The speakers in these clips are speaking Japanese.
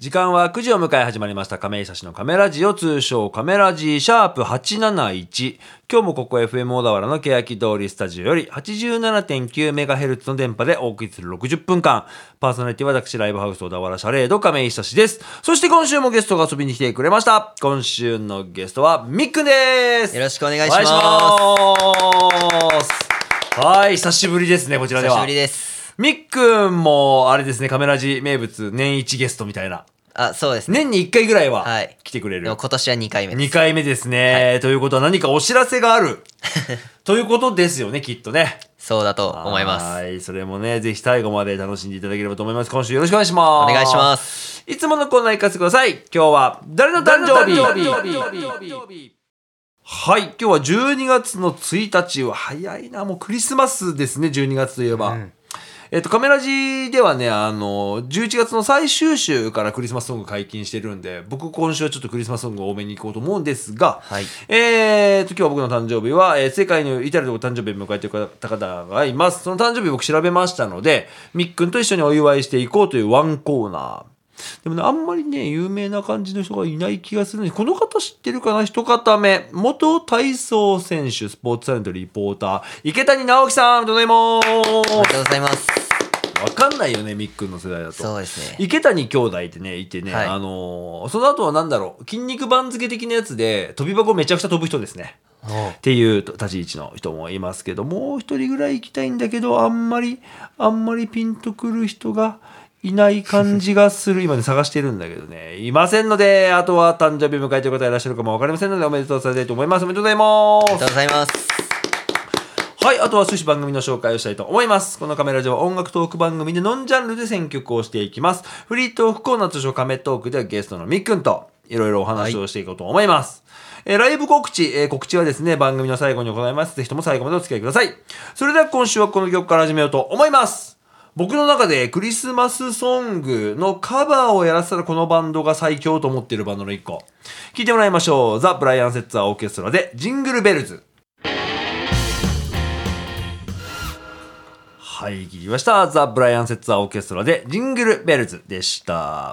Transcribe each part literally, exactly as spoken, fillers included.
時間はくじを迎え始まりました亀井久志のカメラジオ、通称カメラジシャープはちなないち。今日もここ エフエム 小田原の欅通りスタジオより はちじゅうななてんきゅうメガヘルツ の電波でお送りするろくじゅっぷんかん。パーソナリティは私ライブハウス小田原シャレード亀井久志です。そして今週もゲストが遊びに来てくれました。今週のゲストはみっくんです。 よろしくお願いします。 はい、久しぶりですね、こちらでは。 久しぶりです。 みっくんもあれですね、カメラジ名物年一ゲストみたいな。 あ、そうですね。 年にいっかいぐらいははい来てくれる。 でも今年はにかいめです。 にかいめですね、はい、ということは何かお知らせがあるということですよね、きっとね。 そうだと思います。 はい、それもね、ぜひ最後まで楽しんでいただければと思います。今週よろしくお願いします。 お願いします。 いつものコーナー行かせてください。今日は誰の誕生日？はい、今日はじゅうにがつのついたちは早いな、もうクリスマスですね、じゅうにがつといえば。うんえっと、カメラジではね、あの、じゅういちがつの最終週からクリスマスソング解禁してるんで、僕今週はちょっとクリスマスソングを多めに行こうと思うんですが、はい、えーと、今日は僕の誕生日は、えー、世界の至るところ誕生日を迎えている方がいます。その誕生日僕調べましたので、みっくんと一緒にお祝いしていこうというワンコーナー。でもね、あんまりね、有名な感じの人がいない気がするので、この方知ってるかな？一方目、元体操選手、スポーツタレントリポーター、池谷直樹さん、おめでとうございます。 おめでとうございます。 わかんないよね、みっくんの世代だと。 そうですね。 池谷兄弟ってね、いてね、 はい、 あのー、その後はなんだろう、筋肉番付的なやつで、飛び箱めちゃくちゃ飛ぶ人ですね。っていう立ち位置の人もいますけど、もう一人ぐらい行きたいんだけど、あんまり、あんまりピンとくる人がいない感じがする。今ね、探してるんだけどね、いませんので、あとは誕生日迎えている方いらっしゃるかもわかりませんので、おめでとうさせたいと思います。おめでとうございます。 おめでとうございます。 はい、あとは少し番組の紹介をしたいと思います。このカメラジオは音楽トーク番組でノンジャンルで選曲をしていきます。フリートークコーナー通称カメトークではゲストのみっくんといろいろお話をしていこうと思います。はい、えー、ライブ告知、えー、告知はですね、番組の最後に行います。ぜひとも最後までお付き合いください。それでは今週はこの曲から始めようと思います。僕の中でクリスマスソングのカバーをやらせたらこのバンドが最強と思っているバンドの一個。聴いてもらいましょう。ザ・ブライアン・セッツァー・オーケストラでジングルベルズ。はい、聞きました。ザ・ブライアン・セッツァー・オーケストラでジングル・ベルズでした。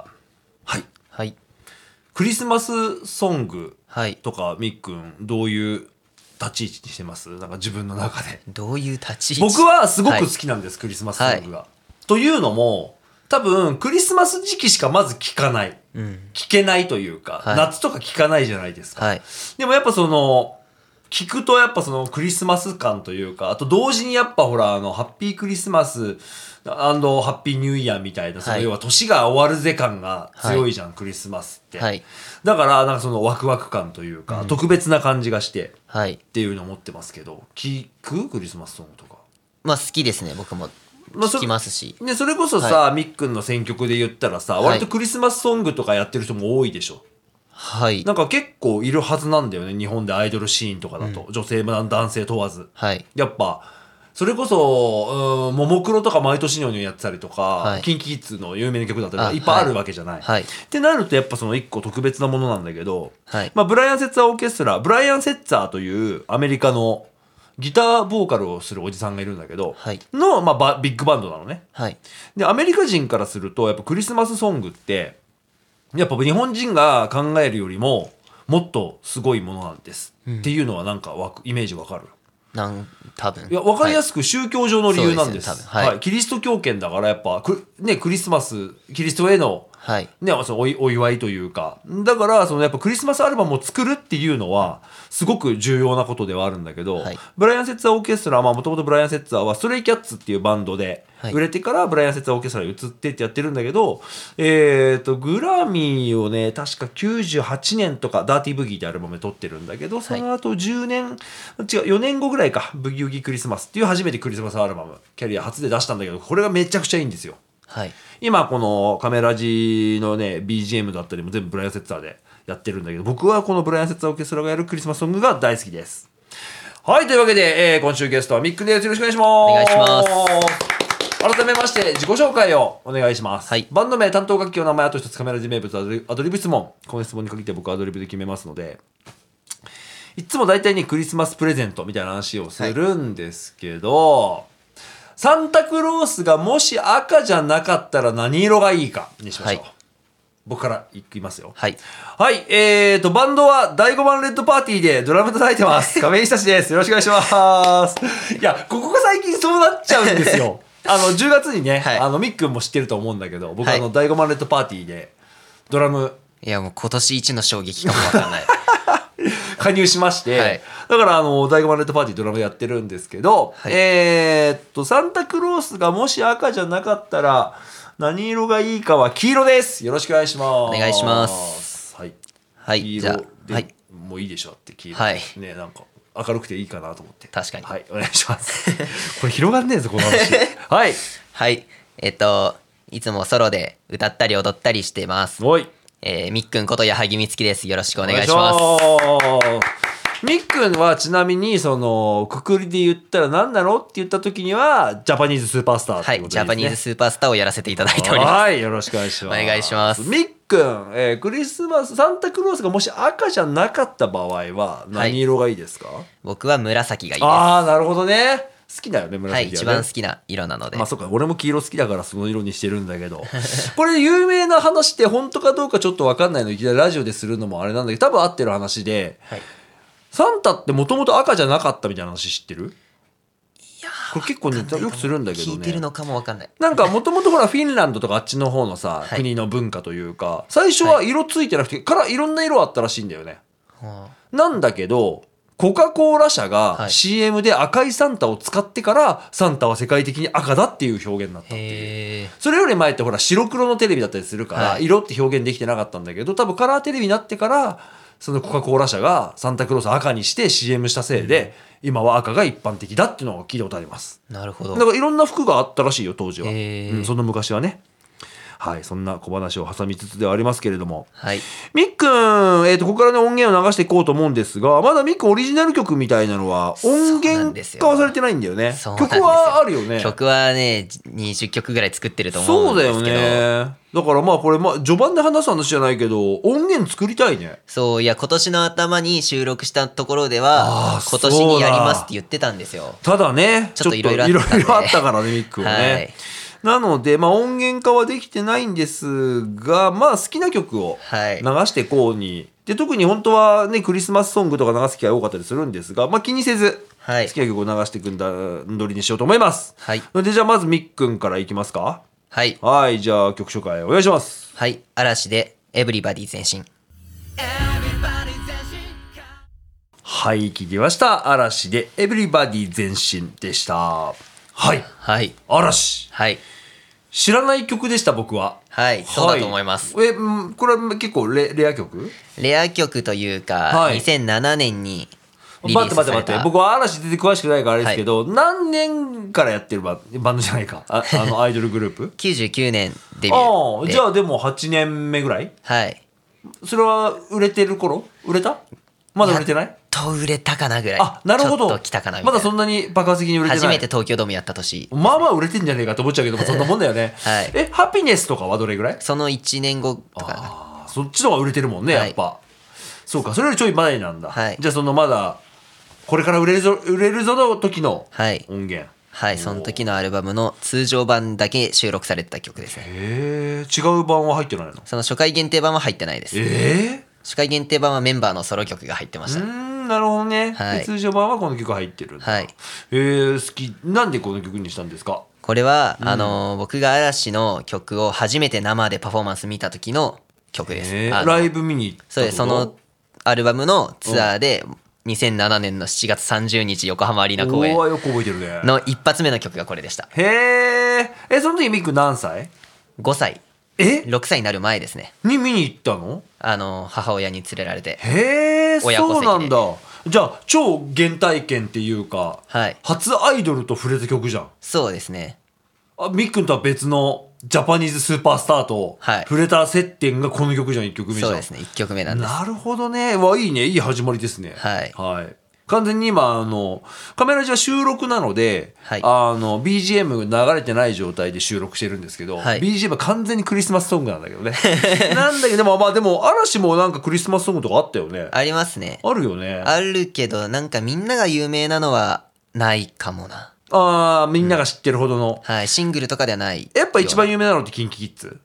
はい。 はい。 クリスマスソングとか、 はい、 みっくん、どういう立ち位置にしてます？なんか自分の中で。 どういう立ち位置？ 僕はすごく好きなんです、はい、クリスマスソングが。はい、というのも、多分、クリスマス時期しかまず聴かない。うん、聴けないというか、はい、夏とか聴かないじゃないですか。はい、でもやっぱその、聞くとやっぱそのクリスマス感というか、あと同時にやっぱほらあのハッピークリスマス&ハッピーニューイヤーみたいな、その要は年が終わるぜ感が強いじゃん、はい、クリスマスって、はい、だからなんかそのワクワク感というか、うん、特別な感じがして、はい、っていうのを思ってますけど、聞くクリスマスソングとか。 まあ好きですね、僕も聞きますし、 まあ、そ, ね、それこそさ、はい、みっくんの選曲で言ったらさ、割とクリスマスソングとかやってる人も多いでしょ。 はい、 なんか結構いるはずなんだよね、日本でアイドルシーンとかだと、うん、女性も男性問わず、はい、やっぱそれこそももクロとか毎年のようにやってたりとか、はい、キンキキッズの有名な曲だったりとかいっぱいあるわけじゃない、はい、ってなるとやっぱその一個特別なものなんだけど、はい、まあ、ブライアン・セッツァー・オーケストラ、ブライアン・セッツァーというアメリカのギターボーカルをするおじさんがいるんだけど、はい、の、まあ、ビッグバンドなのね、はい、でアメリカ人からするとやっぱクリスマスソングってやっぱ日本人が考えるよりももっとすごいものなんです、うん、っていうのはなんかわイメージわかる？ なん多分いや分かりやすく宗教上の理由なんです、 はい、そうですね、多分、はい、 はい、キリスト教圏だからやっぱク、ね、クリスマスキリストへの、はいね、その お, お祝いというか、だからそのやっぱクリスマスアルバムを作るっていうのはすごく重要なことではあるんだけど、はい、ブライアン・セッツァー・オーケストラはもともとブライアン・セッツァーはストレイキャッツっていうバンドで売れてからブライアン・セッツァー・オーケストラに移ってってやってるんだけど、えーとグラミーをね確かきゅうじゅうはちねんとかダーティーブギーってアルバムで撮ってるんだけど、その後じゅうねん違うよねんごぐらいか、ブギウギクリスマスっていう初めてクリスマスアルバムキャリア初で出したんだけど、これがめちゃくちゃいいんですよ、はい、今このカメラジのね ビージーエム だったりも全部ブライアン・セッツァーでやってるんだけど、僕はこのブライアン・セッツァー・オーケストラがやるクリスマスソングが大好きです。はい、というわけで、えー、今週ゲストはミックです。よろしくお願いします。 お願いします。 改めまして自己紹介をお願いします、はい、バンド名、担当楽器の名前、あと一つカメラジ名物、アドリブ質問。この質問に限って僕はアドリブで決めますので、いつも大体にクリスマスプレゼントみたいな話をするんですけど、はい、サンタクロースがもし赤じゃなかったら何色がいいかにしましょう、はい、 僕からいきますよ。 はい。 はい。えーと、バンドはだいごばんレッドパーティーでドラム叩いてます。亀井久志です。よろしくお願いします。いや、ここが最近そうなっちゃうんですよ。あの、じゅうがつにね、はい、あの、みっくんも知ってると思うんだけど、僕、はい、あの、だいごばんレッドパーティーでドラム。 いや、もう今年一の衝撃かもわかんない。 加入しまして、はい、だからあのだいごばんレッドパーティードラムやってるんですけど、はい、えー、っとサンタクロースがもし赤じゃなかったら何色がいいかは黄色です。よろしくお願いします。お願いします。 はい、 はい、 黄色で、はい、もういいでしょって黄色、はい、ね、なんか明るくていいかなと思って。 確かに。 はい、お願いします。これ広がんねえぞこの話。はいはいえー、っといつもソロで歌ったり踊ったりしてます。 おいえー、みっくんこと矢作美月です。よろしくお願いします。 みっくんはちなみにそのくくりで言ったら何なのって言った時にはジャパニーズスーパースターってことですね。 はい、ジャパニーズスーパースターをやらせていただいております。 はい、よろしくお願いします。 お願いします。 みっくん、えー、クリスマスサンタクロースがもし赤じゃなかった場合は何色がいいですか？はい、 僕は紫がいいです。 ああ、なるほどね。好きだよね、紫はね。 はい、一番好きな色なので。 まあそうか、俺も黄色好きだからその色にしてるんだけどこれ有名な話って本当かどうかちょっと分かんないのいきなりラジオでするのもあれなんだけど、多分合ってる話で、はい、サンタってもともと赤じゃなかったみたいな話知ってる？ いやこれ結構ねよくするんだけどね。 聞いてるのかも分かんない。 なんかもともとほらフィンランドとかあっちの方のさ、はい、国の文化というか最初は色ついてなくて、はい、からいろんな色あったらしいんだよね、はあ、なんだけどコカ・コーラ社が シーエム で赤いサンタを使ってからサンタは世界的に赤だっていう表現になったっていう。それより前ってほら白黒のテレビだったりするから色って表現できてなかったんだけど、多分カラーテレビになってからそのコカ・コーラ社がサンタクロース赤にして シーエム したせいで今は赤が一般的だっていうのを聞いたことあります。 なるほど。 だからいろんな服があったらしいよ当時は、うん、その昔はね。はい、そんな小話を挟みつつではありますけれども、 はい、 みっくん、えーと、ここからね音源を流していこうと思うんですが、まだみっくんオリジナル曲みたいなのは音源化はされてないんだよね。曲はあるよね。 曲はねにじゅっきょくぐらい作ってると思うんですけど。そうだよね。だからまあこれ、まあ、序盤で話す話じゃないけど音源作りたいね。 そう、いや今年の頭に収録したところでは今年にやりますって言ってたんですよ。 ただねちょっといろいろあったからねみっくんはね、はい、なので、まあ、音源化はできてないんですが、まあ、好きな曲を流していこうに、はい、で特に本当はねクリスマスソングとか流す機会多かったりするんですが、まあ、気にせず好きな曲を流していくんだんどりにしようと思います、はい、でじゃあまずみっくんからいきますか。 はい、 はい、じゃあ曲紹介お願いします。 はい、嵐でエブリバディ前進。 はい、聞きました。嵐でエブリバディ前進でした。はい、 はい、 嵐、 はい、 知らない曲でした僕は。 はい、そうだと思います。 はい、えこれは結構 レ, レア曲レア曲というか、はい、にせんななねんにリリースされた。 待って待って待って、僕は嵐全然詳しくないからあれですけど、はい、何年からやってるバンドじゃないか あ, あのアイドルグループきゅうじゅうきゅうねんデビュー。 ああ、じゃあでもはちねんめぐらい。 はい。 それは売れてる頃？売れた？まだ売れてない？ やっと売れたかなぐらい。 あ、なるほど。 ちょっと来たかなみたいな。 まだそんなに爆発的に売れてない。 初めて東京ドームやった年、ね、 まあまあ売れてんじゃねえかと思っちゃうけどもそんなもんだよね、はい、えハピネスとかはどれぐらい？ そのいちねんごとか。 あ、そっちの方が売れてるもんね、はい、やっぱ。そうか、それよりちょい前なんだ、はい、じゃあそのまだこれから売れるぞ売れるぞの時の音源、 はい、はい、その時のアルバムの通常版だけ収録されてた曲ですね。 へえ、違う版は入ってないの？ その初回限定版は入ってないです。 えー、 初回限定版はメンバーのソロ曲が入ってました。 うーん、なるほどね、はい、通常版はこの曲入ってるんだ、はい、えー、好き。なんでこの曲にしたんですか？ これは、うん、あの僕が嵐の曲を初めて生でパフォーマンス見た時の曲です。 えー、ライブ見に行ったと？ そうです。そのアルバムのツアーで、うん、にせんななねんのしちがつさんじゅうにち横浜アリーナ公演の一発目の曲がこれでした。 へー、え、その時ミック何歳？ ごさい。 えろくさいになる前ですね。 に見に行ったの？ あの母親に連れられて。 へー、そうなんだ。じゃあ超原体験っていうか、 はい、 初アイドルと触れた曲じゃん。 そうですね。 あ、みっくんとは別のジャパニーズスーパースターと触れた接点がこの曲じゃん。いっきょくめじゃん。 そうですね、いっきょくめなんです。 なるほどね。わ、いいね、いい始まりですね。 はい、 はい、完全に今あのカメラジは収録なので、はい、あの ビージーエム 流れてない状態で収録してるんですけど、はい、ビージーエム は完全にクリスマスソングなんだけどねなんだけど、でもまあでも嵐もなんかクリスマスソングとかあったよね。 ありますね。 あるよね。 あるけどなんかみんなが有名なのはないかもな。 ああ、みんなが知ってるほどの、 うん、はい、シングルとかではない。 やっぱ一番有名なのってキンキキッズ。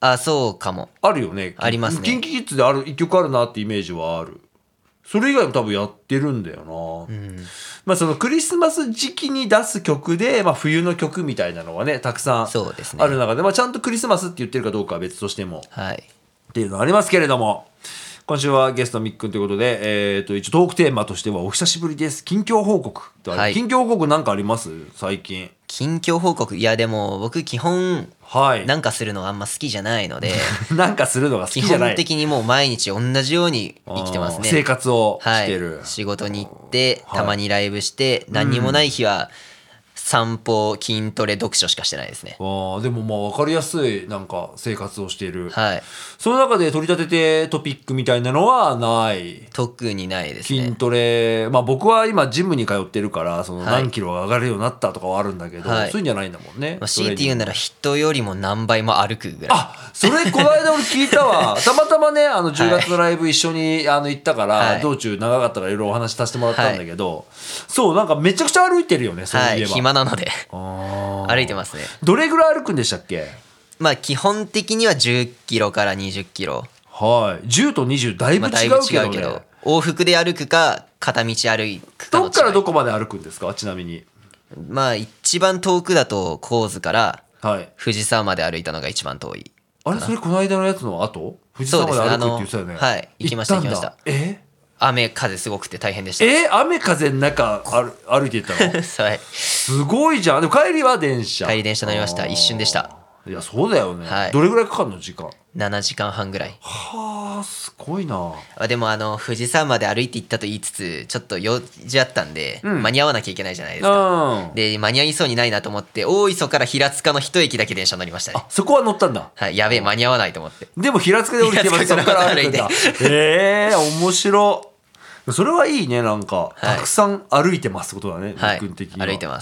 あ、そうかも。 あるよね。 ありますね。 キンキキッズである一曲あるなってイメージはある。それ以外も多分やってるんだよな、うん、まあそのクリスマス時期に出す曲で、まあ、冬の曲みたいなのはねたくさんある中で、まあ、ちゃんとクリスマスって言ってるかどうかは別としても、はい、っていうのありますけれども、今週はゲストみっくんということで、えー、と一応トークテーマとしてはお久しぶりです近況報告、はい、近況報告なんかあります最近？ 近況報告、いやでも僕基本なんかするのあんま好きじゃないのでなんかするのが好きじゃない、 基本的にもう毎日同じように生きてますね。 生活をしてる、 はい、仕事に行ってたまにライブして、はい、何にもない日は散歩、筋トレ、読書しかしてないですね。 あでもまあ分かりやすいなんか生活をしている、はい、その中で取り立ててトピックみたいなのはない？ 特にないですね。 筋トレ、まあ僕は今ジムに通ってるからその何キロが上がるようになったとかはあるんだけど、はい、そういうんじゃないんだもんね。 まあ、強いて言うなら人よりも何倍も歩くぐらい。 あ、それこの間俺聞いたわたまたまねあのじゅうがつのライブ一緒にあの行ったから、はい、道中長かったからいろいろお話しさせてもらったんだけど、はい、そうなんかめちゃくちゃ歩いてるよね。そういえば、はい、 暇なので歩いてますね。 どれぐらい歩くんでしたっけ？ まあ基本的にはじゅっキロからにじゅっキロ。 はい、じゅうとにじゅうだいぶ違うけどね、まあ、だいぶ違うけど往復で歩くか片道歩くかの違い。 どっからどこまで歩くんですかちなみに？ まあ一番遠くだと神津から藤沢まで歩いたのが一番遠い。 あれそれこの間のやつの後藤沢まで歩くって言ってたよね。 はい、行きました行きました。 え雨風すごくて大変でした。 え雨風の中歩歩いていったの？ はい、 すごいじゃん。でも帰りは電車？ 帰り電車乗りました。一瞬でした。 いやそうだよね、はい、どれぐらいかかるの時間？ ななじかんはんぐらい。 はあすごいな。 でもあの藤沢まで歩いて行ったと言いつつちょっと用事あったんで、うん、間に合わなきゃいけないじゃないですか、うん、で間に合いそうにないなと思って大磯から平塚の一駅だけ電車乗りましたね。 あそこは乗ったんだ。 はい、やべえ間に合わないと思って。 でも平塚で降りてまそこから歩いてんだ。ええー、面白い。それはいいね。なんか、はい、たくさん歩いてますってことだね、 はい、 みっくん的には。 歩いてます。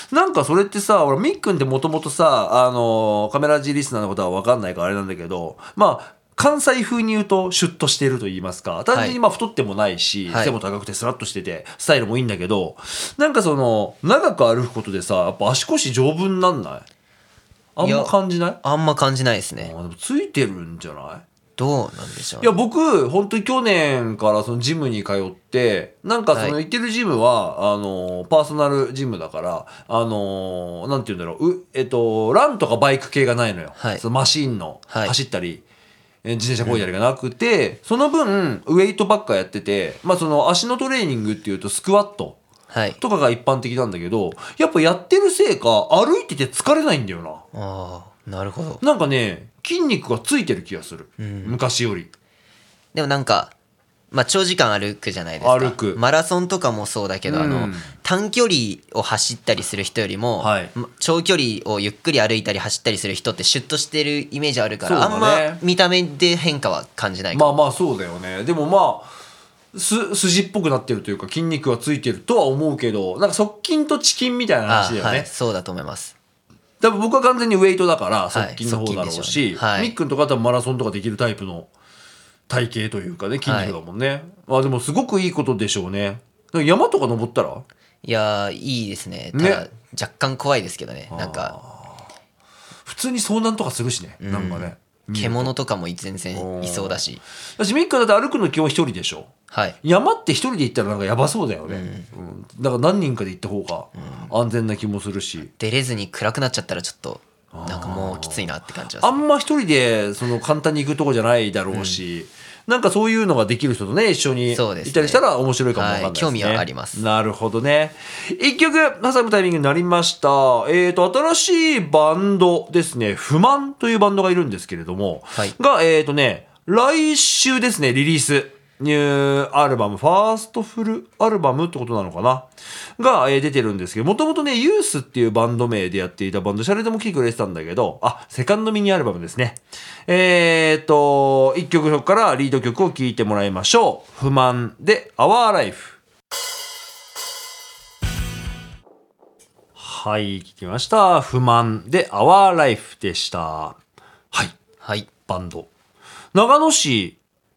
なんかそれってさ、俺みっくんってもともとさ、あのカメラ G リスナーのことは分かんないからあれなんだけど、まあ関西風に言うとシュッとしていると言いますか、単純にまあ太ってもないし、はい、背も高くてスラッとしててスタイルもいいんだけど、なんかその長く歩くことでさやっぱ足腰丈夫になんない？あんま感じない？ あんま感じないですね。 あでもついてるんじゃない？ どうなんでしょう、 ね、いや僕本当に去年からそのジムに通ってなんかその行ってるジムは、はい、あのパーソナルジムだからあのなんて言うんだろう、うえっとランとかバイク系がないのよ、はい、そのマシンの、はい、走ったり自転車こいだりがなくて、うん、その分ウェイトばっかやってて、まあその足のトレーニングっていうとスクワットとかが一般的なんだけど、やっぱやってるせいか歩いてて疲れないんだよな。 あーなるほど。 なんかね筋肉がついてる気がする、うん、昔より。 でもなんか、まあ、長時間歩くじゃないですか。 歩く。 マラソンとかもそうだけど、うん、あの短距離を走ったりする人よりも、はい、長距離をゆっくり歩いたり走ったりする人ってシュッとしてるイメージあるから、ね、あんま見た目で変化は感じないかも。まあまあそうだよね。でもまあす筋っぽくなってるというか筋肉がついてるとは思うけど、なんか側筋とチキンみたいな話だよね。 はい、そうだと思います。 多分僕は完全にウェイトだから側筋の方だろうし、はい、みっくんとか多分マラソンとかできるタイプの体型というかね筋肉だもんね、はい、あでもすごくいいことでしょうね。山とか登ったら？ いやいいですね。ただ、ね、若干怖いですけどね。なんか普通に遭難とかするしね、うん、なんかね獣とかも全然いそうだし。 私みっくんだって歩くの基本一人でしょ。はい、山って一人で行ったらなんかやばそうだよね、うんうん、だから何人かで行った方が安全な気もするし、うん、 出れずに暗くなっちゃったらちょっとなんかもうきついなって感じはする。 あんま一人でその簡単に行くとこじゃないだろうし、うん、なんかそういうのができる人とね一緒にいたりしたら面白いかもわかんないですね。 はい、興味はあります。なるほどね。一曲挟むタイミングになりました。えーと新しいバンドですね、不満というバンドがいるんですけれども、はい、がえーとね来週ですねリリースニューアルバムファーストフルアルバムってことなのかなが、えー、出てるんですけど、もともとねユースっていうバンド名でやっていたバンド、シャレでも来てくれてたんだけど、あセカンドミニアルバムですね。えーといっきょくからリード曲を聴いてもらいましょう。不満で Our Life。 はい、聞きました。不満で Our Life でした。はい、 はい、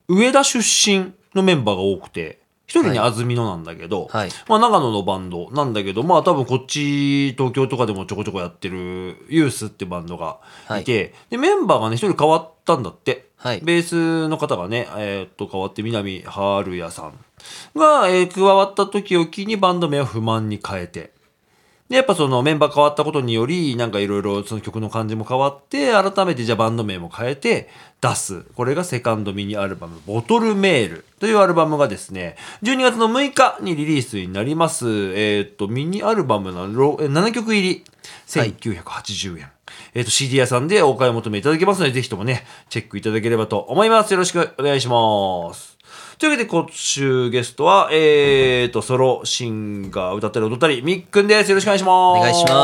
バンド長野市上田出身のメンバーが多くて、 一人ね、安曇野なんだけど、はい、まあ長野のバンドなんだけど、まあ多分こっち、東京とかでもちょこちょこやってるユースってバンドがいて、はい、で、メンバーがね、一人変わったんだって。はい、ベースの方がね、えー、っと、変わって南春也さんが、えー、加わった時を機にバンド名を不満に変えて、で、やっぱそのメンバー変わったことにより、なんかいろいろその曲の感じも変わって、改めてじゃあバンド名も変えて出す。これがセカンドミニアルバム、ボトルメールというアルバムがですね、じゅうにがつのむいかにリリースになります。えっと、ミニアルバムのななきょく入り、せんきゅうひゃくはちじゅうえん。はい、えっと、シーディー 屋さんでお買い求めいただけますので、ぜひともね、チェックいただければと思います。よろしくお願いします。というわけで今週ゲストは、えーと、ソロシンガー、歌ったり踊ったり、みっくんです。よろしくお願いします。 お願いします。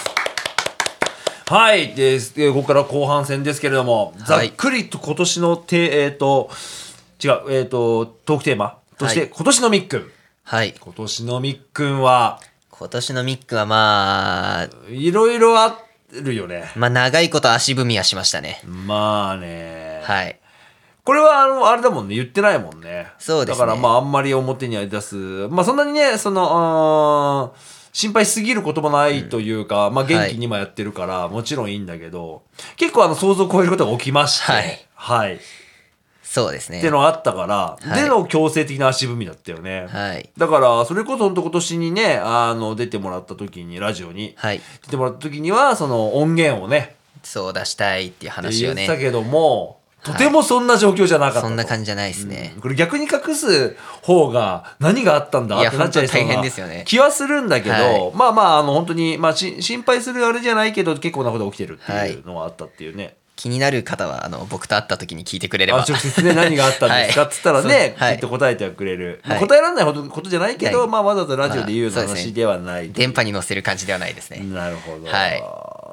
はい。で、ここから後半戦ですけれども、はい、ざっくりと今年のテ、えーと、違う、えーと、トークテーマとして、はい、今年のみっくん。はい。今年のみっくんは、 今年のみっくんはまあ、 いろいろあるよね。 まあ、長いこと足踏みはしましたね。 まあね。 はい。 これはあのあれだもんね、言ってないもんね。 そうですね。 だからまああんまり表には出す、まあそんなにね、その心配しすぎることもないというか、うん、まあ元気に今やってるから、はい、もちろんいいんだけど、結構あの想像を超えることが起きまして、はい、はい、 そうですね。 ってのがあったから、はい、での強制的な足踏みだったよね。はい。だからそれこそ本当今年にね、あの出てもらった時にラジオに、はい、出てもらった時にはその音源をね、 そう出したいっていう話をね。 言ったけども。とてもそんな状況じゃなかった、 はい、そんな感じじゃないですね、 うん、これ逆に隠す方が何があったんだってなっちゃいそうな気はするんだけど、はい、まあまああの本当にまあし心配するあれじゃないけど結構なことが起きてるっていうのがあったっていうね、はい、 気になる方はあの僕と会った時に聞いてくれれば、 あ直接ね何があったんですかっつったらね、はい、きっと答えてはくれる、はい、まあ、答えられないことじゃないけど、はい、まあわざわざラジオで言うような話ではない、まあね、電波に乗せる感じではないですね。 なるほど、はい、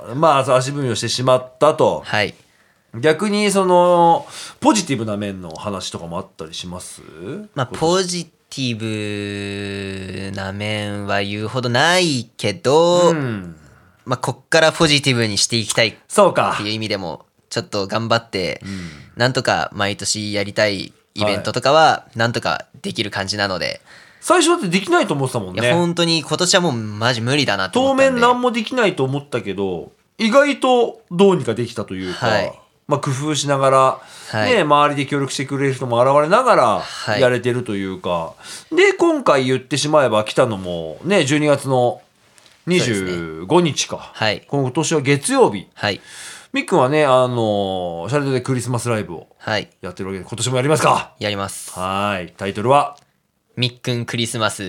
まあそう足踏みをしてしまったと、はい、逆にそのポジティブな面の話とかもあったりします？ まあポジティブな面は言うほどないけど、うん、まあこっからポジティブにしていきたいっていう意味でもちょっと頑張って、うん、なんとか毎年やりたいイベントとかはなんとかできる感じなので、はい、 最初だってできないと思ってたもんね。 いや本当に今年はもうマジ無理だなと思ったんで、 当面何もできないと思ったけど意外とどうにかできたというか、はい、まあ、工夫しながら、はい、ね、周りで協力してくれる人も現れながらやれてるというか、はい、で今回言ってしまえば来たのもねじゅうにがつのにじゅうごにちか、はい、今年は月曜日、はい、みっくんはねあのシャレドでクリスマスライブをやってるわけで、今年もやりますか？ やります。 はい、タイトルはみっくんクリスマス、うん、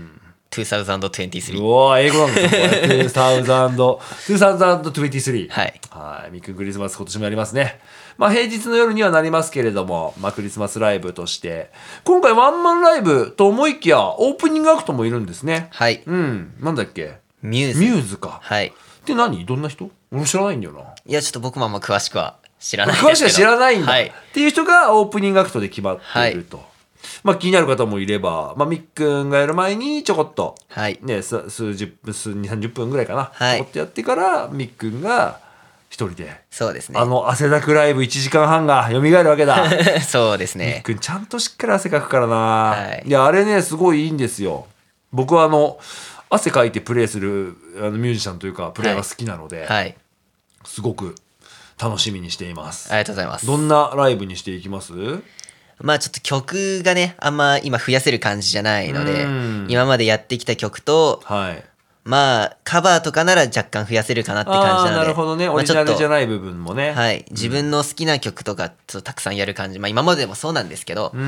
にせんにじゅうさん。 うわ英語なんですよにせんにじゅうさん にせんにじゅうさん。はい。はい。みっくんクリスマス今年もやりますね。まあ平日の夜にはなりますけれども、まあクリスマスライブとして、今回ワンマンライブと思いきやオープニングアクトもいるんですね。はい。うん。なんだっけ？ ミューズ。 ミューズか。 はい。 で何？どんな人？俺知らないんだよな。 いやちょっと僕もあんま詳しくは知らないですけど。 詳しくは知らないんだ。はい。っていう人がオープニングアクトで決まっていると。はい、まあ気になる方もいれば、まあみっくんがやる前にちょこっと、はい、ね、数十分、数に、さんじゅっぷんぐらいかな、はい、ちょこっとやってから、みっくんが一人で、そうですね。あの汗だくライブいちじかんはんが蘇るわけだ。 そうですね。 みっくんちゃんとしっかり汗かくからな。はい、いや、あれね、すごいいいんですよ。僕はあの、汗かいてプレイするあのミュージシャンというか、プレイが好きなので、はいはい、すごく楽しみにしています。 ありがとうございます。 どんなライブにしていきます？ まあちょっと曲がねあんま今増やせる感じじゃないので、今までやってきた曲と、はい、まあカバーとかなら若干増やせるかなって感じなので、 なるほどね、オリジナルじゃない部分もね、 はい、自分の好きな曲とかちょっとたくさんやる感じ、まあ今までもそうなんですけど、うん、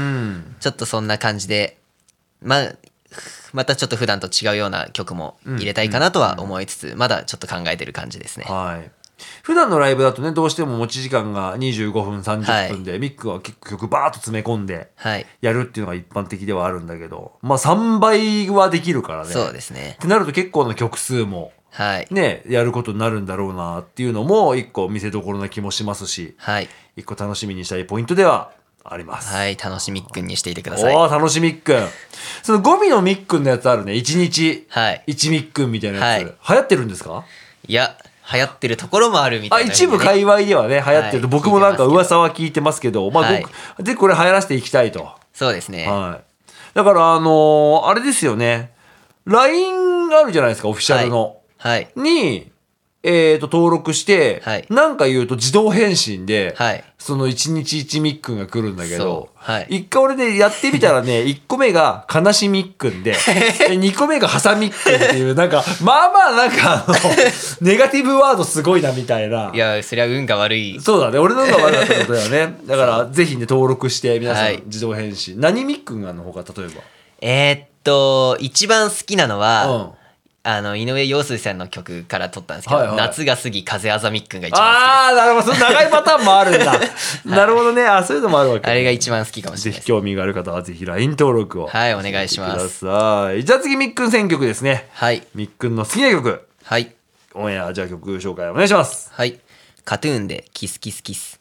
ちょっとそんな感じで、まあまたちょっと普段と違うような曲も入れたいかなとは思いつつ、まだちょっと考えてる感じですね。はい。 普段のライブだとねどうしても持ち時間がにじゅうごふんさんじゅっぷんで、はい、ミックは結構曲バーッと詰め込んでやるっていうのが一般的ではあるんだけど、まあさんばいはできるからね。 そうですね。 ってなると結構な曲数もね、やることになるんだろうなっていうのも一個見せどころな気もしますし、はい、一個楽しみにしたいポイントではあります。 はい、楽しみっくんにしていてください。 おー、楽しみっくん。そのゴミのみっくんのやつあるね。いちにちいちみっくんみたいなやつ、はい、流行ってるんですか？ いや流行ってるところもあるみたいな、ね、 あ一部界隈ではね流行ってると、はい、僕もなんか噂は聞いてますけど、まあ、はい、でこれ流行らせていきたいと。 そうですね、 はい、 だからあのー、あれですよね ライン があるじゃないですかオフィシャルの、 はいはい、 にえー、と登録して、 はい、 なんか言うと自動返信で、 はい、 そのいちにちいちみっくんが来るんだけど、 はい、 一回俺でやってみたらねいっこめが悲しみっくんでにこめがはさみっくんっていうなんかまあまあなんかあのネガティブワードすごいなみたいな。 いやそれは運が悪い。 そうだね俺の運が悪かったことだよねだからぜひね登録して皆さん、はい、自動返信何みっくんがあるのほか例えばえー、っと一番好きなのは、うんあの井上陽水さんの曲から撮ったんですけど、はいはい、夏が過ぎ風あざみっくんが一番好きです。 ああなるほどその長いパターンもあるんだ、はい、なるほどねあそういうのもあるわけ、 あれが一番好きかもしれないです。 ぜひ興味がある方はぜひ ライン 登録をはいお願いします。 ください。じゃあ次みっくん選曲ですね。 はいみっくんの好きな曲はいオンエアじゃあ曲紹介お願いします。 はいカトゥーンでキスキスキス。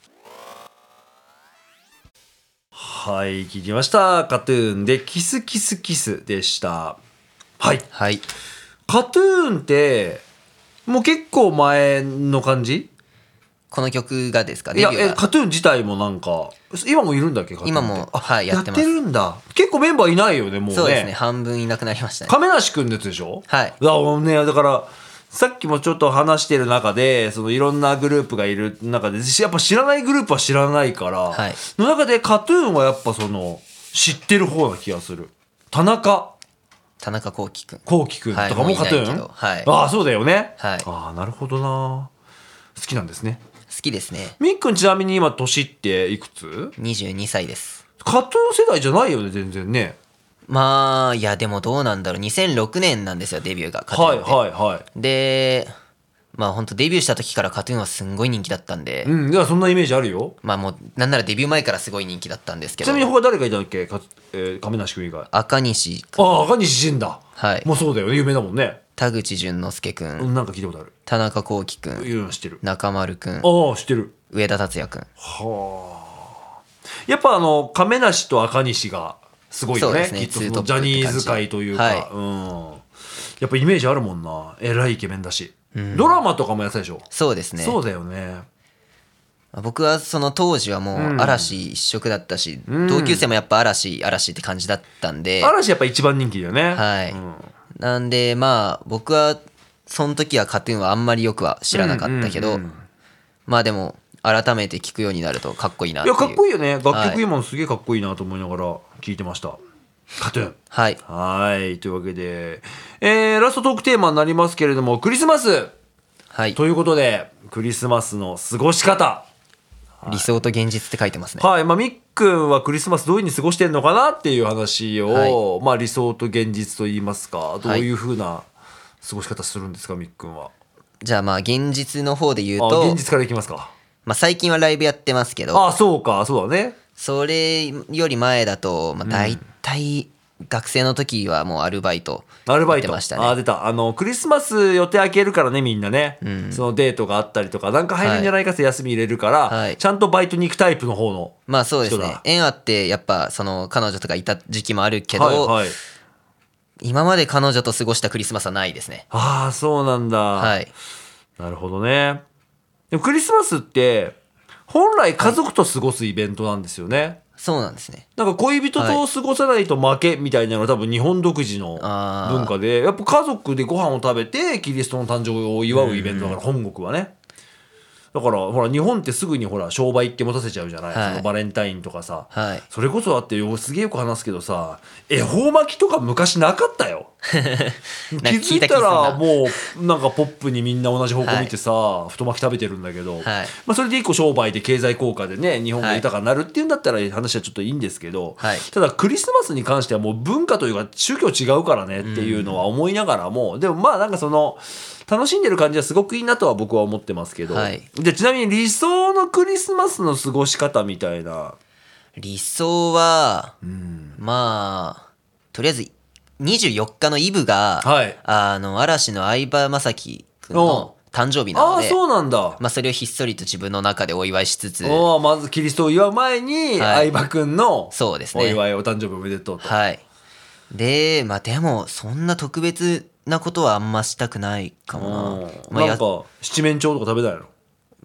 はい聞きましたカトゥーンでキスキスキスでした。はいはいカトゥーンってもう結構前の感じこの曲がですか。 いやえカトゥーン自体もなんか今もいるんだっけカトゥーンって。 今もはいやってます。 やってるんだ。結構メンバーいないよねもうね。 そうですね半分いなくなりましたね。 亀梨くんのやつでしょ。 はいだ、ね、だからさっきもちょっと話してる中でそのいろんなグループがいる中でやっぱ知らないグループは知らないから、はい、の中でカトゥーンはやっぱその知ってる方な気がする。田中田中幸喜くん幸喜くんとかもカトゥーン、 はい、 ああそうだよね、 はい、 ああなるほどな好きなんですね。 好きですね。 みっくんちなみに今年っていくつ？ にじゅうにさいです。 カトゥーン世代じゃないよね全然ね。 まあいやでもどうなんだろうにせんろくねんなんですよデビューがカトゥーンって。 はいはいはい。 でまあ本当デビューした時からカトゥーンはすんごい人気だったんで、 うんいやそんなイメージあるよ。 まあもうなんならデビュー前からすごい人気だったんですけど。 ちなみに他誰がいたんだっけか、えー、亀梨君以外。 赤西ああ赤西仁だ。 はいもうそうだよね有名だもんね。 田口淳之介くん、 うん、なんか聞いたことある。 田中幸喜くん、 いうの知ってる。 中丸くん、 ああ知ってる。 上田達也くん。 はあやっぱあの亀梨と赤西がすごいよね。そうですねきっとそのジャニーズ界というか、はい、うんやっぱイメージあるもんな。えらいイケメンだし、うん、ドラマとかもやったでしょ。 そうですねそうだよね。 僕はその当時はもう嵐一色だったし、うん、同級生もやっぱ嵐嵐って感じだったんで、 嵐やっぱ一番人気だよね。 はい、 うん、 なんでまあ僕はその時はカトゥーンはあんまりよくは知らなかったけど、うんうんうん、まあでも改めて聞くようになるとかっこいいなっていう。 いやかっこいいよね楽曲今のすげえかっこいいなと思いながら聞いてました、はい、カトゥーン。 はいはいというわけで、えー、ラストトークテーマになりますけれどもクリスマス、はい、ということでクリスマスの過ごし方、 理想と現実って書いてますね。 はい、まあ、みっくんはクリスマスどういう風に過ごしてるのかなっていう話を、はい、まあ、理想と現実と言いますかどういう風な過ごし方するんですかみっくんは。 じゃあまあ現実の方で言うと現実からいきますか。 まあ、最近はライブやってますけど。 ああそうかそうだね。 それより前だと、まあ、大体学生の時はもうアルバイトやってましたね。 アルバイトあ出たあのクリスマス予定開けるからねみんなね、うん、そのデートがあったりとかなんか入るんじゃないかって休み入れるから、はい、ちゃんとバイトに行くタイプの方のまあそうですね。縁あってやっぱその彼女とかいた時期もあるけど、はいはい、今まで彼女と過ごしたクリスマスはないですね。 ああそうなんだ。はいなるほどね。でもクリスマスって本来家族と過ごすイベントなんですよね、はい、 そうなんですね。 なんか恋人と過ごさないと負けみたいなのが多分日本独自の文化でやっぱ家族でご飯を食べてキリストの誕生を祝うイベントだから本国はね。だからほら日本ってすぐにほら商売って持たせちゃうじゃない、はい、そのバレンタインとかさ、はい、それこそだってすげえよく話すけどさ恵方巻きとか昔なかったよ気づいたらもうなんかポップにみんな同じ方向見てさ、はい、太巻き食べてるんだけど、はいまあ、それで一個商売で経済効果でね日本が豊かになるっていうんだったら話はちょっといいんですけど、はい、ただクリスマスに関してはもう文化というか宗教違うからねっていうのは思いながらも、うん、でもまあなんかその楽しんでる感じはすごくいいなとは僕は思ってますけど、はい、でちなみに理想のクリスマスの過ごし方みたいな。 理想は、うん、まあとりあえずにじゅうよっかのイブが、はい、あの嵐の相葉雅紀くんの誕生日なので、 あそうなんだ、 まあ、それをひっそりと自分の中でお祝いしつつ、 おまずキリストを祝う前に、はい、相葉くんのそうですねお祝いお誕生日おめでとうと。 はいでまあでもそんな特別なことはあんましたくないかもな。 まあ、なんか七面鳥とか食べたいの？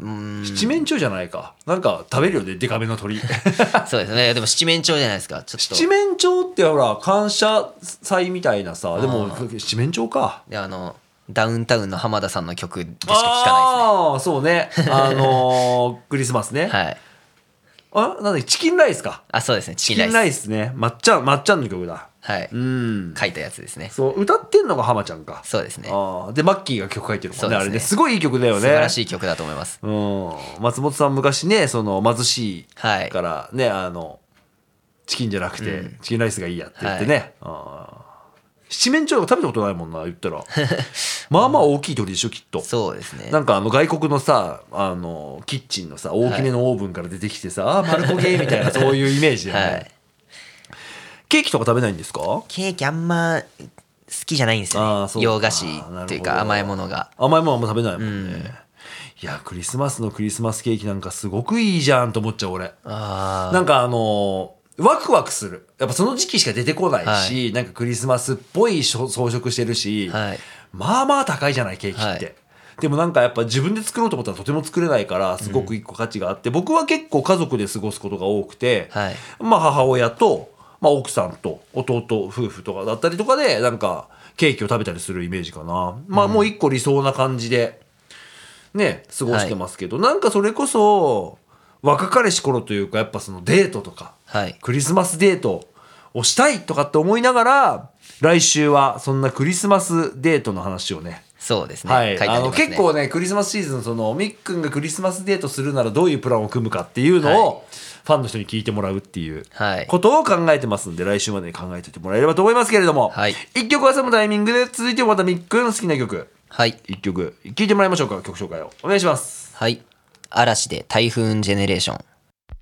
うーん七面鳥じゃないか、なんか食べるよね、デカめの鳥そうですね。でも七面鳥じゃないですか。ちょっと七面鳥ってほら感謝祭みたいなさ、でも七面鳥か。 であのダウンタウンの浜田さんの曲でしか聴かないですね。 ああそうね、あのー、クリスマスね。 はい。 あなんだチキンライスか。 あそうですね、チチキンライス。 キンライスね、まっちゃんまっちゃんの曲だ。 はい。 うん書いたやつですね。 そう歌ってんのが浜ちゃんか。 そうですね。 あーでマッキーが曲書いてるもんね。 そうですねあれねすごいいい曲だよね。 素晴らしい曲だと思います。 うん、松本さん昔ねその貧しはいいからね、あのチキンじゃなくて、 うんチキンライスがいいやって言ってね、あー七面鳥食べたことないもんな言ったらまあまあ大きい鳥でしょきっと。 そうですね。 なんかあの外国のさあのキッチンのさ大きめのオーブンから出てきてさ、はい、あー丸焦げみたいなそういうイメージだよね、はい、ケーキとか食べないんですか？ ケーキあんま好きじゃないんですよね。洋菓子っていうか甘いものが。 甘いものあんま食べないもんね、うん、いやクリスマスのクリスマスケーキなんかすごくいいじゃんと思っちゃう俺。 あなんかあのーワクワクする。やっぱその時期しか出てこないし、はい、なんかクリスマスっぽい装飾してるし、はい、まあまあ高いじゃないケーキって、はい、でもなんかやっぱ自分で作ろうと思ったらとても作れないからすごく一個価値があって、うん、僕は結構家族で過ごすことが多くて、はい、まあ母親と、まあ、奥さんと弟夫婦とかだったりとかでなんかケーキを食べたりするイメージかな、まあもう一個理想な感じでね過ごしてますけど、はい、なんかそれこそ若かりし頃というかやっぱそのデートとか、はい、クリスマスデートをしたいとかって思いながら来週はそんなクリスマスデートの話をね。 そうですね、 はい、 書いてありますね。 あの結構ねクリスマスシーズンそのみっくんがクリスマスデートするならどういうプランを組むかっていうのを、はい、ファンの人に聞いてもらうっていうことを考えてますんで、来週までに考えておいてもらえればと思いますけれども、はい、いっきょく挟むタイミングで続いてもまたみっくんの好きな曲、はい、いっきょく聴いてもらいましょうか。曲紹介をお願いします。 はい、嵐で台風ジェネレーション。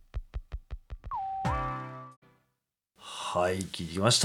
はい、聞きました。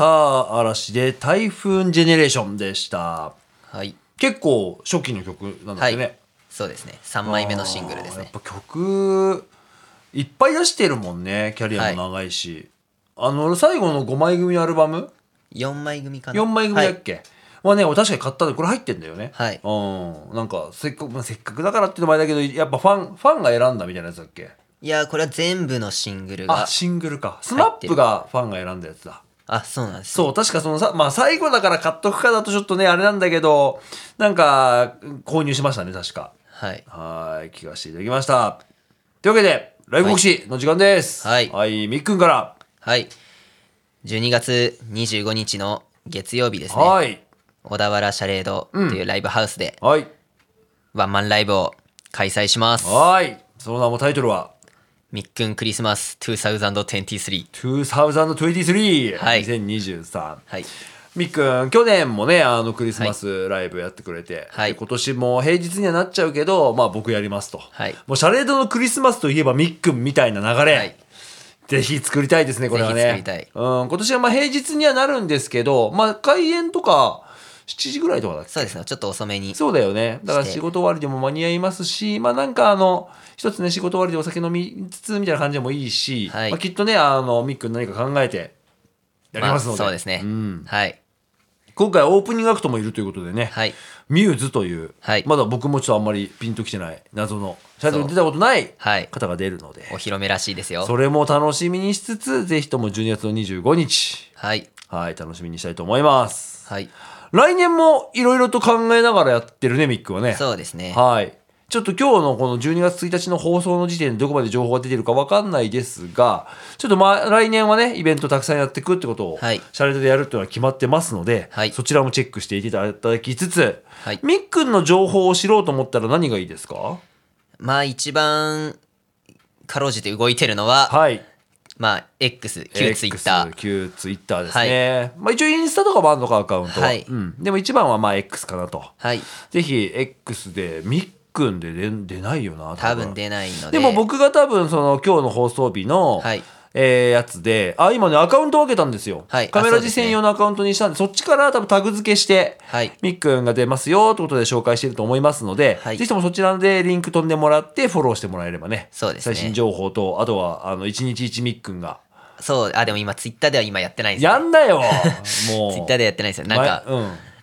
嵐で台風ジェネレーションでした。はい。結構初期の曲なんだってね。はい、 そうですね。さんまいめのシングルですね。 やっぱ曲いっぱい出してるもんね。キャリアも長いし。はい、あの最後のごまい組のアルバム？ よんまい組かな。 よんまい組だっけ？はい、はね、俺確かに買ったんでこれ入ってんだよね。 はい。 うん。なんかせっかく、まあ、せっかくだからっていうのもあれだけど、やっぱファンファンが選んだみたいなやつだっけ？ いやこれは全部のシングルが。 あ、シングルか。スマップがファンが選んだやつだ。 あ、そうなんです、ね、 そう確かそのさ、まあ、最後だから買っとくかだとちょっとねあれなんだけどなんか購入しましたね確か。 はいはい聞かせていただきました。というわけでライブ告知の時間です。はい、はい、みっくんから。 はいじゅうにがつにじゅうごにちの月曜日ですね。はい小田原シャレードというライブハウスで、うん、はいワンマンライブを開催します。 はいその名もタイトルはみっくんクリスマスにせんにじゅうさん。にせんにじゅうさん、 はい、にせんにじゅうさん、はい、みっくん去年もねあのクリスマスライブやってくれて、はい、で今年も平日にはなっちゃうけど、まあ、僕やりますと、はい、もうシャレードのクリスマスといえばみっくんみたいな流れ、はい、ぜひ作りたいですねこれはね。ぜひ作りたい、うん、今年はまあ平日にはなるんですけど、まあ、開演とかしちじぐらいとかだっけ？ そうですねちょっと遅めに。 そうだよねだから仕事終わりでも間に合いますし、まあなんかあの一つね仕事終わりでお酒飲みつつみたいな感じでもいいし、はいまあ、きっとねあのみっくん何か考えてやりますので、 まあ、そうですね、うん、はい今回オープニングアクトもいるということでね、はい、ミューズという、はい、まだ僕もちょっとあんまりピンときてない謎のシャレに出たことない方が出るので、はい、 お披露目らしいですよ。 それも楽しみにしつつぜひともじゅうにがつのにじゅうごにちはい、はい、楽しみにしたいと思います。はい来年もいろいろと考えながらやってるねミックはね。 そうですねはいちょっと今日のこのじゅうにがつついたちの放送の時点でどこまで情報が出てるか分かんないですがちょっとまあ来年はねイベントたくさんやっていくってことを、はい、シャレードでやるっていうのは決まってますので、はい、そちらもチェックしていただきつつ、はい、みっくんの情報を知ろうと思ったら何がいいですか？ まあ一番かろうじて動いてるのははいまあ X 旧ツイッター X 旧ツイッターですね、はいまあ、一応インスタとかもあるのかアカウントは、はいうん、でも一番はまあ X かなと、はい、ぜひ X でみっくんで 出, 出ないよな多分、多分出ないのででも僕が多分その今日の放送日の、はいえー、やつであ今ねアカウント分けたんですよ、はい、カメラ字専用のアカウントにしたんで そ, で、ね、そっちから多分タグ付けして、はい、みっくんが出ますよということで紹介していると思いますので、はい、ぜひともそちらでリンク飛んでもらってフォローしてもらえればねそうですね最新情報とあとはあのいちにちいちみっくんがそうあでも今ツイッターでは今やってないです、ね、 やんなよもうツイッターでやってないですよなんか、うん、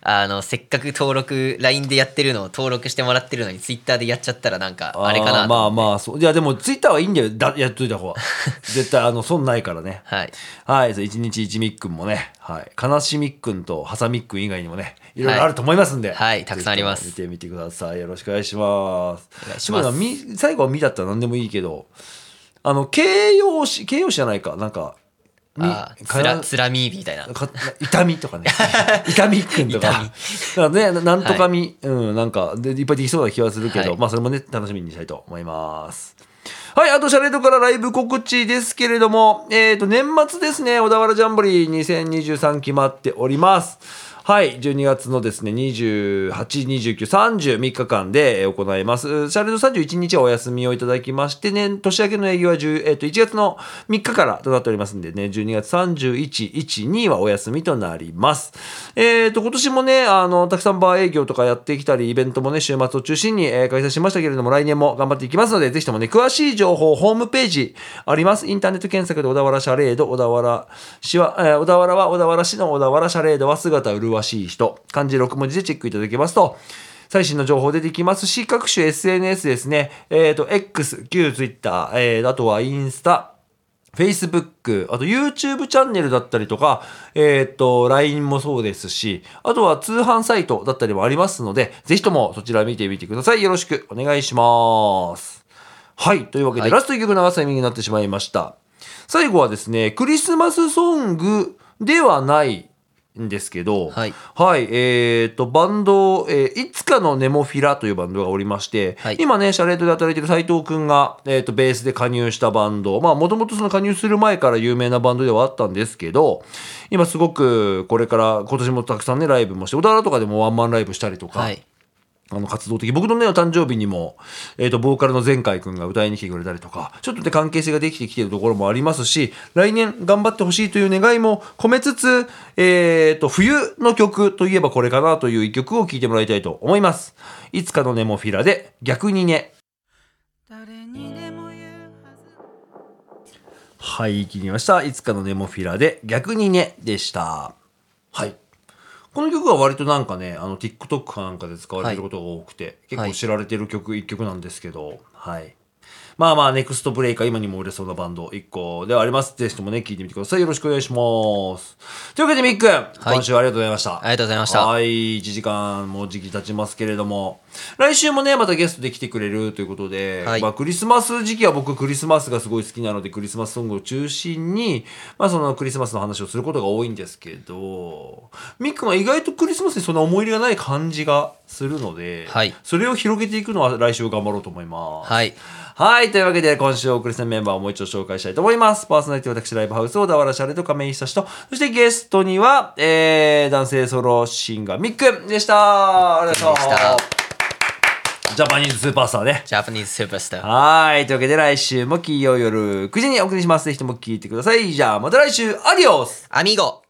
あのせっかく登録 ライン でやってるのを登録してもらってるのに Twitter でやっちゃったらなんかあれかなと。 まあまあそう。いやでも Twitter はいいんだよ、だやっといた方が絶対あの損ないからね。 はいはい。一日一みっくんもね、はい、悲しみっくんとはさみっくん以外にもねいろいろあると思いますんで、 はい、はい、たくさんあります。 見てみてください。よろしくお願いします。お願いします。最後は「み」だったら何でもいいけど、あの形容詞形容詞じゃないか、なんかあつらつらみみたいな痛みとかね痛みっくんとかだからね、なんとかみ、はい、うんなんかでいっぱいできそうな気はするけど、はい、まあそれもね楽しみにしたいと思います。はい、あとシャレードからライブ告知ですけれども、えっと年末ですね、小田原ジャンボリーにせんにじゅうさん決まっております。はい、じゅうにがつのですねにじゅうはち、にじゅうく、さんじゅうみっかかんで行います。シャレードさんじゅういちにちはお休みをいただきましてね、年明けの営業はじゅう、えっといちがつのみっかからとなっておりますんでね、じゅうにがつさんじゅういち、いち、にはお休みとなります。えっと今年もね、あのたくさんバー営業とかやってきたり、イベントもね週末を中心に、えー、開催しましたけれども、来年も頑張っていきますので、ぜひともね詳しい情報ホームページあります。インターネット検索で小田原シャレード、小田原市は、えー、小田原は小田原市の小田原シャレードは姿麗しい人、漢字ろくもじでチェックいただけますと最新の情報出てきますし、各種 エスエヌエス ですね、えっと X、旧 Twitter、えー、あとはインスタ、Facebook、あと YouTube チャンネルだったりとか、えっと ライン もそうですし、あとは通販サイトだったりもありますので、ぜひともそちら見てみてください。よろしくお願いします。はい、というわけで、はい、ラストいっきょく流すタイミングになってしまいました。最後はですね、クリスマスソングではないんですけど、はい、はい、えっとバンド、えー、いつかのネモフィラというバンドがおりまして、はい、今ねシャレードで働いている斉藤くんが、えー、とベースで加入したバンド、まあもともとその加入する前から有名なバンドではあったんですけど、今すごくこれから今年もたくさんねライブもして、小田原とかでもワンマンライブしたりとか、はい、あの活動的、僕のね誕生日にも、えー、とボーカルの前海くんが歌いに来てくれたりとか、ちょっとね関係性ができてきているところもありますし、来年頑張ってほしいという願いも込めつつ、えー、と冬の曲といえばこれかなという一曲を聴いてもらいたいと思います。いつかのネモフィラで逆にね。はい、聞きました。いつかのネモフィラで逆にねでした。はい、この曲は割となんかね、あの TikTok かなんかで使われてることが多くて、はい、結構知られてる曲一曲なんですけど、はい。まあまあネクストブレイカー、今にも売れそうなバンドいっこではあります。ぜひともね聞いてみてください。よろしくお願いします。というわけでみっくん、はい、今週はありがとうございました。 ありがとうございました。 はい、いちじかんもう時期経ちますけれども、来週もねまたゲストで来てくれるということで、はい、まあクリスマス時期は僕クリスマスがすごい好きなので、クリスマスソングを中心にまあそのクリスマスの話をすることが多いんですけど、みっくんは意外とクリスマスにそんな思い入れがない感じがするので、はい、それを広げていくのは来週頑張ろうと思います。はい、はい、というわけで今週お送りするメンバーをもう一度紹介したいと思います。パーソナリティ私ライブハウス小田原シャレと亀井久志と、そしてゲストには、えー、男性ソロシンガーみっくんでした。ありがとう。ジャパニーズスーパースターね。 ジャパニーズスーパースター。 はい、というわけで来週も金曜夜くじにお送りします。ぜひとも聞いてください。じゃあまた来週、アディオス、 アミーゴ。